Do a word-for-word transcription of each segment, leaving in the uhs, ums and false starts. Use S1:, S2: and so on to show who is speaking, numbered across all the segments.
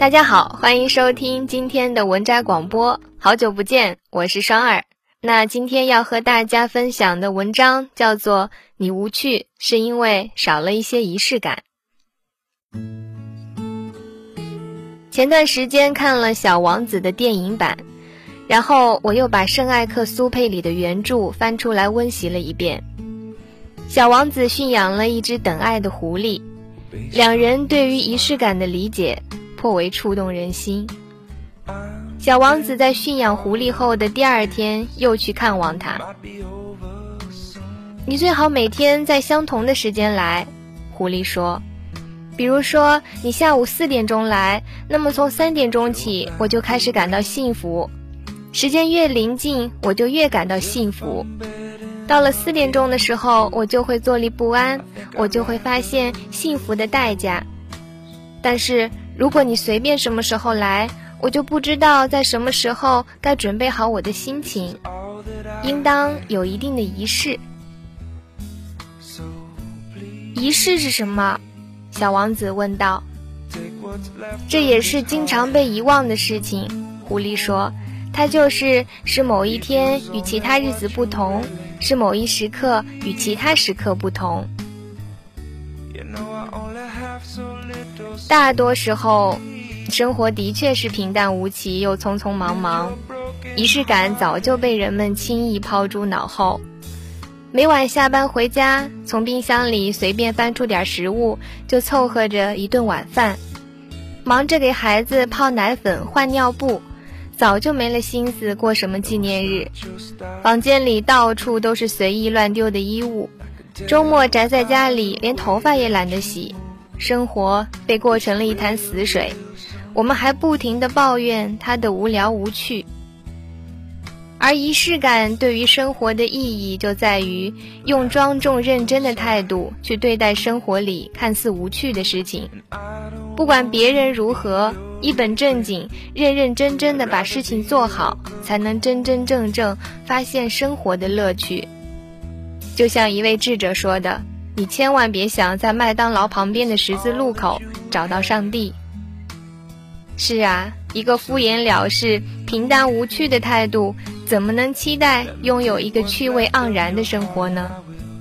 S1: 大家好，欢迎收听今天的文摘广播，好久不见，我是双儿。那今天要和大家分享的文章叫做你无趣是因为少了一些仪式感。前段时间看了小王子的电影版，然后我又把圣艾克苏佩里的原著翻出来温习了一遍。小王子驯养了一只等爱的狐狸，两人对于仪式感的理解颇为触动人心。小王子在驯养狐狸后的第二天又去看望他。你最好每天在相同的时间来，狐狸说。比如说你下午四点钟来，那么从三点钟起我就开始感到幸福，时间越临近我就越感到幸福。到了四点钟的时候我就会坐立不安，我就会发现幸福的代价。但是如果你随便什么时候来，我就不知道在什么时候该准备好我的心情，应当有一定的仪式。仪式是什么？小王子问道。这也是经常被遗忘的事情，狐狸说，它就是是某一天与其他日子不同，是某一时刻与其他时刻不同。大多时候生活的确是平淡无奇又匆匆忙忙，仪式感早就被人们轻易抛诸脑后。每晚下班回家，从冰箱里随便翻出点食物，就凑合着一顿晚饭，忙着给孩子泡奶粉换尿布，早就没了心思过什么纪念日。房间里到处都是随意乱丢的衣物，周末宅在家里连头发也懒得洗，生活被过成了一潭死水，我们还不停地抱怨它的无聊无趣。而仪式感对于生活的意义就在于用庄重认真的态度去对待生活里看似无趣的事情，不管别人如何，一本正经认认真真地把事情做好，才能真真正正发现生活的乐趣。就像一位智者说的，你千万别想在麦当劳旁边的十字路口找到上帝。是啊，一个敷衍了事平淡无趣的态度，怎么能期待拥有一个趣味盎然的生活呢？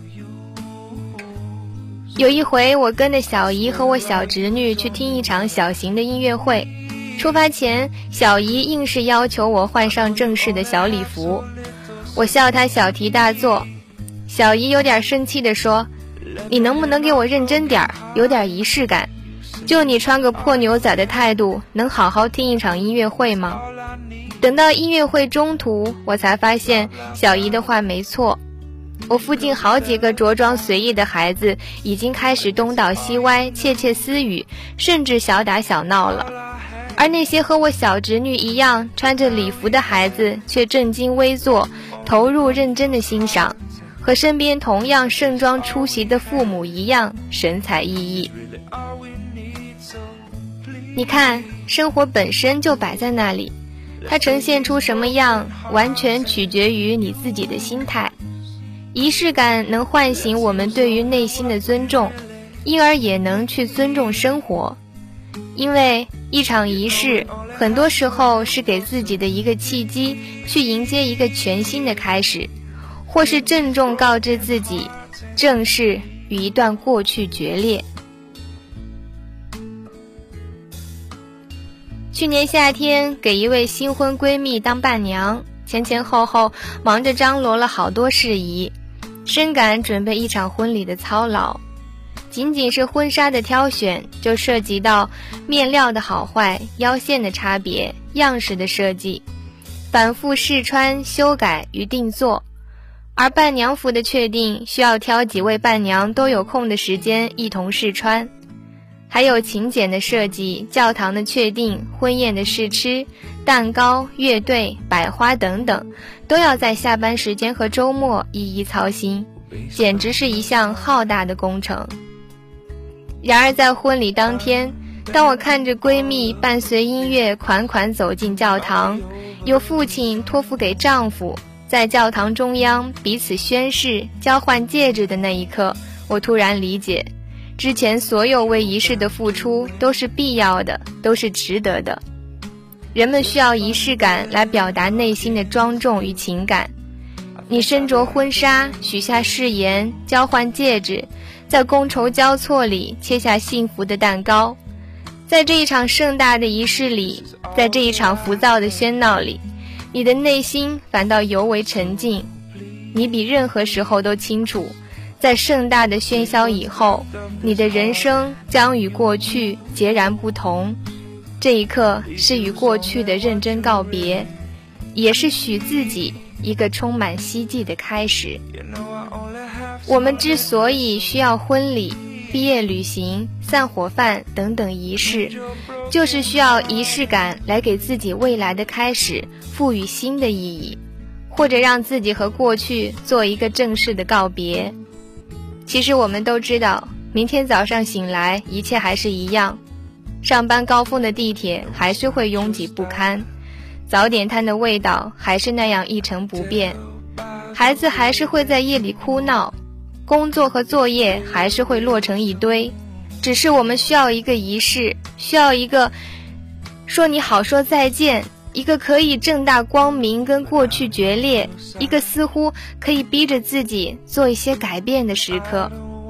S1: 有一回我跟着小姨和我小侄女去听一场小型的音乐会，出发前小姨硬是要求我换上正式的小礼服，我笑她小题大做。小姨有点生气地说，你能不能给我认真点儿，有点仪式感，就你穿个破牛仔的态度，能好好听一场音乐会吗？等到音乐会中途，我才发现小姨的话没错，我附近好几个着装随意的孩子已经开始东倒西歪，窃窃私语，甚至小打小闹了，而那些和我小侄女一样穿着礼服的孩子却正襟危坐，投入认真的欣赏，和身边同样盛装出席的父母一样神采奕奕。你看，生活本身就摆在那里，它呈现出什么样，完全取决于你自己的心态。仪式感能唤醒我们对于内心的尊重，因而也能去尊重生活。因为一场仪式很多时候是给自己的一个契机，去迎接一个全新的开始，或是郑重告知自己正式与一段过去决裂。去年夏天给一位新婚闺蜜当伴娘，前前后后忙着张罗了好多事宜，深感准备一场婚礼的操劳。仅仅是婚纱的挑选，就涉及到面料的好坏、腰线的差别、样式的设计，反复试穿、修改与定做。而伴娘服的确定，需要挑几位伴娘都有空的时间一同试穿。还有请柬的设计、教堂的确定、婚宴的试吃、蛋糕、乐队、摆花等等，都要在下班时间和周末一一操心，简直是一项浩大的工程。然而在婚礼当天，当我看着闺蜜伴随音乐款款走进教堂，由父亲托付给丈夫，在教堂中央彼此宣誓、交换戒指的那一刻，我突然理解， 之前所有为仪式的付出都是必要的，都是值得的。人们需要仪式感来表达内心的庄重与情感。你身着婚纱，许下誓言，交换戒指，在觥筹交错里切下幸福的蛋糕。在这一场盛大的仪式里，在这一场浮躁的喧闹里，你的内心反倒尤为沉静。你比任何时候都清楚，在盛大的喧嚣以后，你的人生将与过去截然不同。这一刻是与过去的认真告别，也是许自己一个充满希冀的开始。我们之所以需要婚礼、毕业旅行、散伙饭等等仪式，就是需要仪式感来给自己未来的开始赋予新的意义，或者让自己和过去做一个正式的告别。其实我们都知道，明天早上醒来一切还是一样，上班高峰的地铁还是会拥挤不堪，早点摊的味道还是那样一成不变，孩子还是会在夜里哭闹，工作和作业还是会落成一堆。只是我们需要一个仪式，需要一个说你好说再见，一个可以正大光明跟过去决裂，一个似乎可以逼着自己做一些改变的时刻。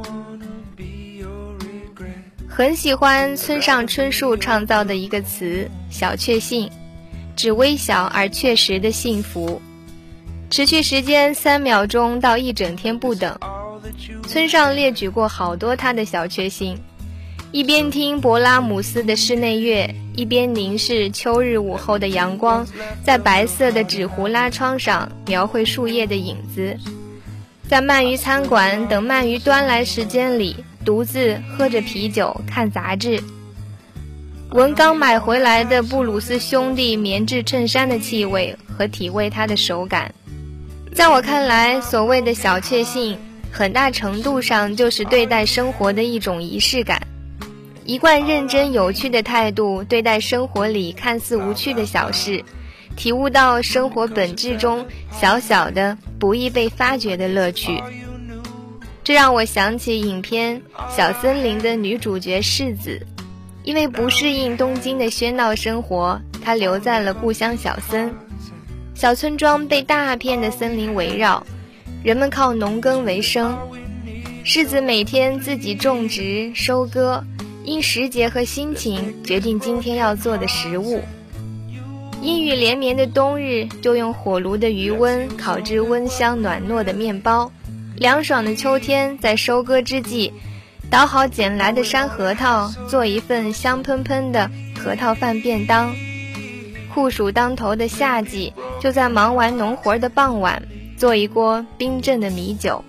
S1: 很喜欢村上春树创造的一个词，小确幸，指微小而确实的幸福，持续时间三秒钟到一整天不等。村上列举过好多他的小确幸，一边听勃拉姆斯的室内乐，一边凝视秋日午后的阳光在白色的纸糊拉窗上描绘树叶的影子，在鳗鱼餐馆等鳗鱼端来时间里独自喝着啤酒看杂志，闻刚买回来的布鲁斯兄弟棉质衬衫的气味和体味它的手感。在我看来，所谓的小确幸很大程度上就是对待生活的一种仪式感，一贯认真有趣的态度对待生活里看似无趣的小事，体悟到生活本质中小小的不易被发掘的乐趣。这让我想起影片《小森林》的女主角世子，因为不适应东京的喧闹生活，她留在了故乡小森。小村庄被大片的森林围绕，人们靠农耕为生。世子每天自己种植收割，因时节和心情决定今天要做的食物。阴雨连绵的冬日，就用火炉的余温烤制温香暖糯的面包。凉爽的秋天，在收割之际，捣好捡来的山核桃，做一份香喷喷的核桃饭便当。酷暑当头的夏季，就在忙完农活的傍晚，做一锅冰镇的米酒。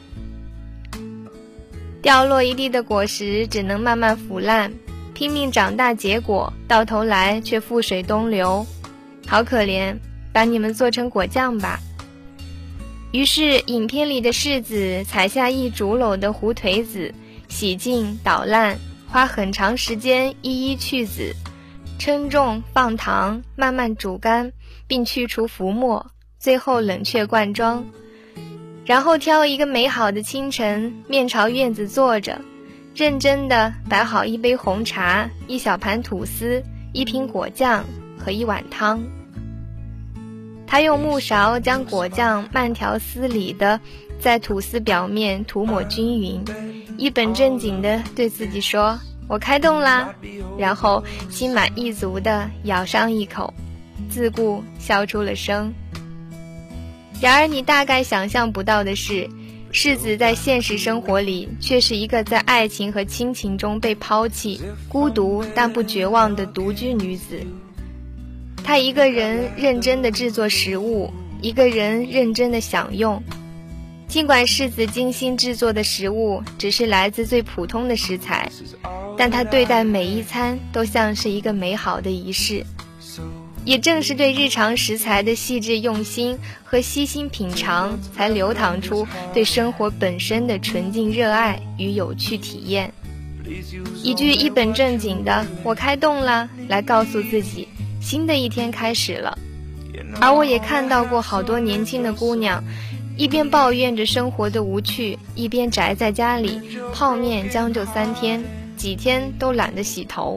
S1: 掉落一地的果实只能慢慢腐烂，拼命长大结果到头来却覆水东流，好可怜，把你们做成果酱吧。于是影片里的世子采下一竹篓的胡颓子，洗净捣烂，花很长时间一一去籽，称重放糖，慢慢煮干，并去除浮沫，最后冷却灌装。然后挑一个美好的清晨，面朝院子坐着，认真地摆好一杯红茶，一小盘吐司，一瓶果酱和一碗汤。他用木勺将果酱慢条斯理地在吐司表面涂抹均匀，一本正经地对自己说：“我开动啦！”然后心满意足地咬上一口，自顾笑出了声。然而你大概想象不到的是，世子在现实生活里却是一个在爱情和亲情中被抛弃、孤独但不绝望的独居女子。她一个人认真地制作食物，一个人认真地享用。尽管世子精心制作的食物只是来自最普通的食材，但她对待每一餐都像是一个美好的仪式。也正是对日常食材的细致用心和悉心品尝，才流淌出对生活本身的纯净热爱与有趣体验。一句一本正经的“我开动了”，来告诉自己新的一天开始了。而我也看到过好多年轻的姑娘， 一边抱怨着生活的无趣，一边宅在家里，泡面将就三天，几天都懒得洗头。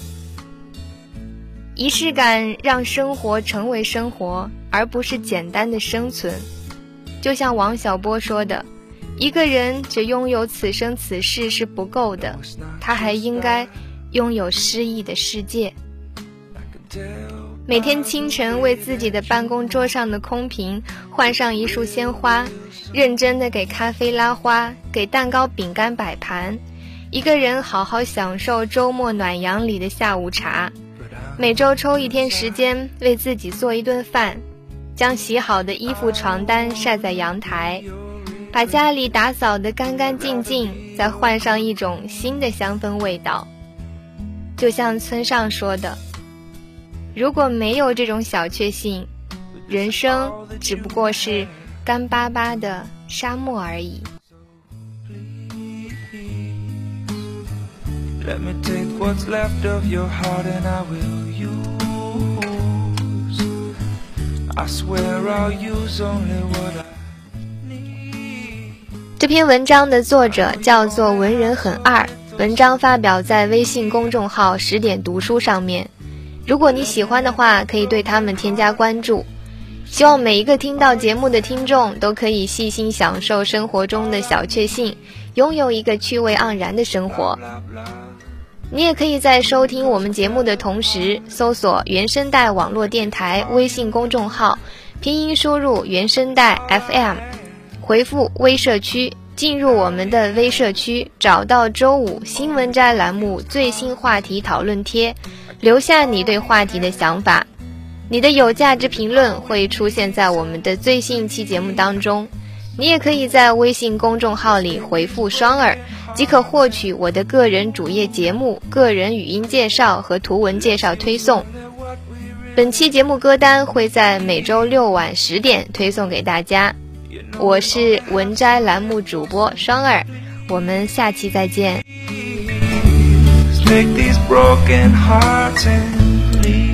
S1: 仪式感让生活成为生活，而不是简单的生存。就像王小波说的，一个人只拥有此生此世是不够的，他还应该拥有诗意的世界。每天清晨为自己的办公桌上的空瓶换上一束鲜花，认真地给咖啡拉花，给蛋糕饼干摆盘，一个人好好享受周末暖阳里的下午茶。每周抽一天时间为自己做一顿饭，将洗好的衣服床单晒在阳台，把家里打扫得干干净净，再换上一种新的香氛味道。就像村上说的，如果没有这种小确幸，人生只不过是干巴巴的沙漠而已。
S2: Let me take what's left of your heart and I will use. I swear I'll use only what I need.
S1: 这篇文章的作者叫做文人很二，文章发表在微信公众号十点读书上面。如果你喜欢的话，可以对他们添加关注。希望每一个听到节目的听众都可以细心享受生活中的小确幸，拥有一个趣味盎然的生活。你也可以在收听我们节目的同时，搜索原声带网络电台微信公众号，拼音输入原声带 F M， 回复微社区，进入我们的微社区，找到周五新闻摘栏目最新话题讨论贴，留下你对话题的想法。你的有价值评论会出现在我们的最新一期节目当中。你也可以在微信公众号里回复双耳，即可获取我的个人主页节目、个人语音介绍和图文介绍推送。本期节目歌单会在每周六晚十点推送给大家。我是文摘栏目主播双耳，我们下期再见。
S2: Take these broken hearts and leave.